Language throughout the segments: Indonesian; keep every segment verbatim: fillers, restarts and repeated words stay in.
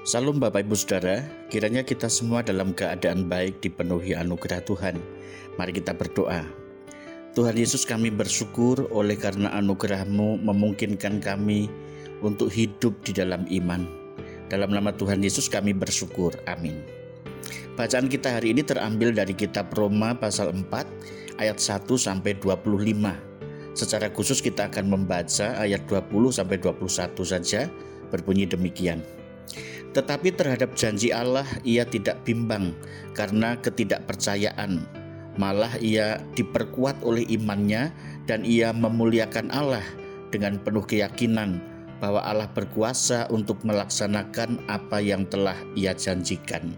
Salam Bapak Ibu Saudara, kiranya kita semua dalam keadaan baik dipenuhi anugerah Tuhan. Mari kita berdoa. Tuhan Yesus, kami bersyukur oleh karena anugerah-Mu memungkinkan kami untuk hidup di dalam iman. Dalam nama Tuhan Yesus kami bersyukur, amin. Bacaan kita hari ini terambil dari kitab Roma pasal empat ayat satu sampai dua puluh lima. Secara khusus kita akan membaca ayat dua puluh sampai dua puluh satu saja, berbunyi demikian. Tetapi terhadap janji Allah ia tidak bimbang karena ketidakpercayaan. Malah ia diperkuat oleh imannya dan ia memuliakan Allah dengan penuh keyakinan bahwa Allah berkuasa untuk melaksanakan apa yang telah ia janjikan.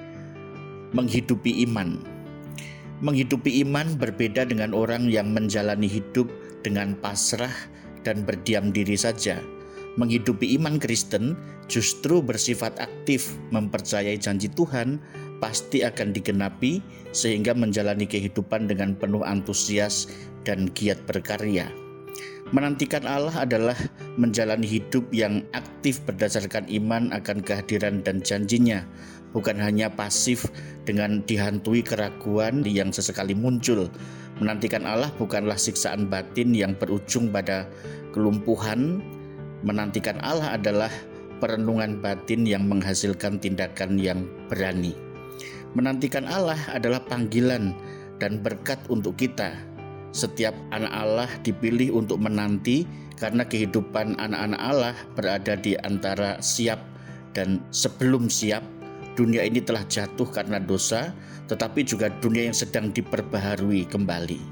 Menghidupi iman. Menghidupi iman berbeda dengan orang yang menjalani hidup dengan pasrah dan berdiam diri saja. Menghidupi iman Kristen justru bersifat aktif, mempercayai janji Tuhan pasti akan digenapi sehingga menjalani kehidupan dengan penuh antusias dan giat berkarya. Menantikan Allah adalah menjalani hidup yang aktif berdasarkan iman akan kehadiran dan janjinya, bukan hanya pasif dengan dihantui keraguan yang sesekali muncul. Menantikan Allah bukanlah siksaan batin yang berujung pada kelumpuhan. Menantikan Allah adalah perenungan batin yang menghasilkan tindakan yang berani. Menantikan Allah adalah panggilan dan berkat untuk kita. Setiap anak Allah dipilih untuk menanti karena kehidupan anak-anak Allah berada di antara siap dan sebelum siap. Dunia ini telah jatuh karena dosa, tetapi juga dunia yang sedang diperbaharui kembali.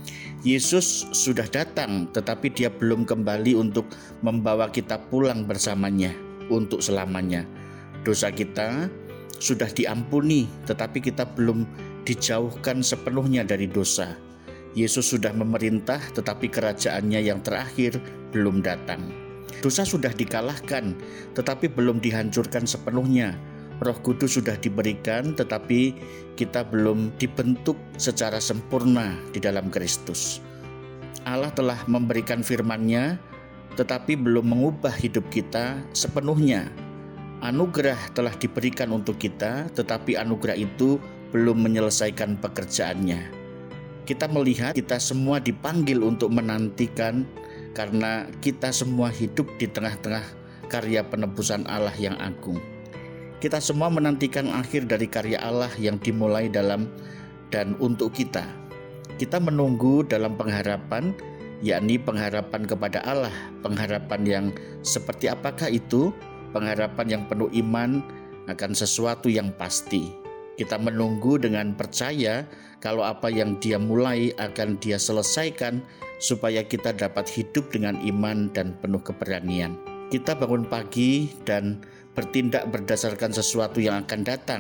Yesus sudah datang, tetapi dia belum kembali untuk membawa kita pulang bersamanya untuk selamanya. Dosa kita sudah diampuni, tetapi kita belum dijauhkan sepenuhnya dari dosa. Yesus sudah memerintah, tetapi kerajaannya yang terakhir belum datang. Dosa sudah dikalahkan, tetapi belum dihancurkan sepenuhnya. Roh Kudus sudah diberikan, tetapi kita belum dibentuk secara sempurna di dalam Kristus. Allah telah memberikan firman-Nya, tetapi belum mengubah hidup kita sepenuhnya. Anugerah telah diberikan untuk kita, tetapi anugerah itu belum menyelesaikan pekerjaannya. Kita melihat kita semua dipanggil untuk menantikan, karena kita semua hidup di tengah-tengah karya penebusan Allah yang agung. Kita semua menantikan akhir dari karya Allah yang dimulai dalam dan untuk kita. Kita menunggu dalam pengharapan, yakni pengharapan kepada Allah. Pengharapan yang seperti apakah itu? Pengharapan yang penuh iman akan sesuatu yang pasti. Kita menunggu dengan percaya kalau apa yang Dia mulai akan Dia selesaikan, supaya kita dapat hidup dengan iman dan penuh keberanian. Kita bangun pagi dan bertindak berdasarkan sesuatu yang akan datang.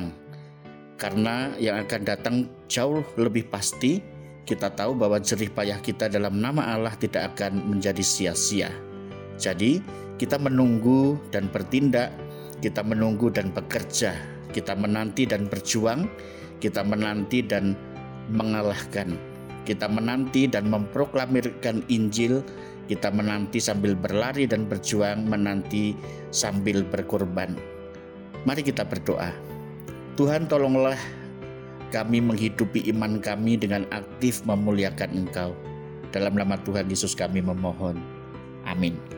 Karena yang akan datang jauh lebih pasti, kita tahu bahwa jerih payah kita dalam nama Allah tidak akan menjadi sia-sia. Jadi, kita menunggu dan bertindak, kita menunggu dan bekerja, kita menanti dan berjuang, kita menanti dan mengalahkan, kita menanti dan memproklamirkan Injil, kita menanti sambil berlari dan berjuang, menanti sambil berkorban. Mari kita berdoa. Tuhan, tolonglah kami menghidupi iman kami dengan aktif memuliakan Engkau. Dalam nama Tuhan Yesus kami memohon. Amin.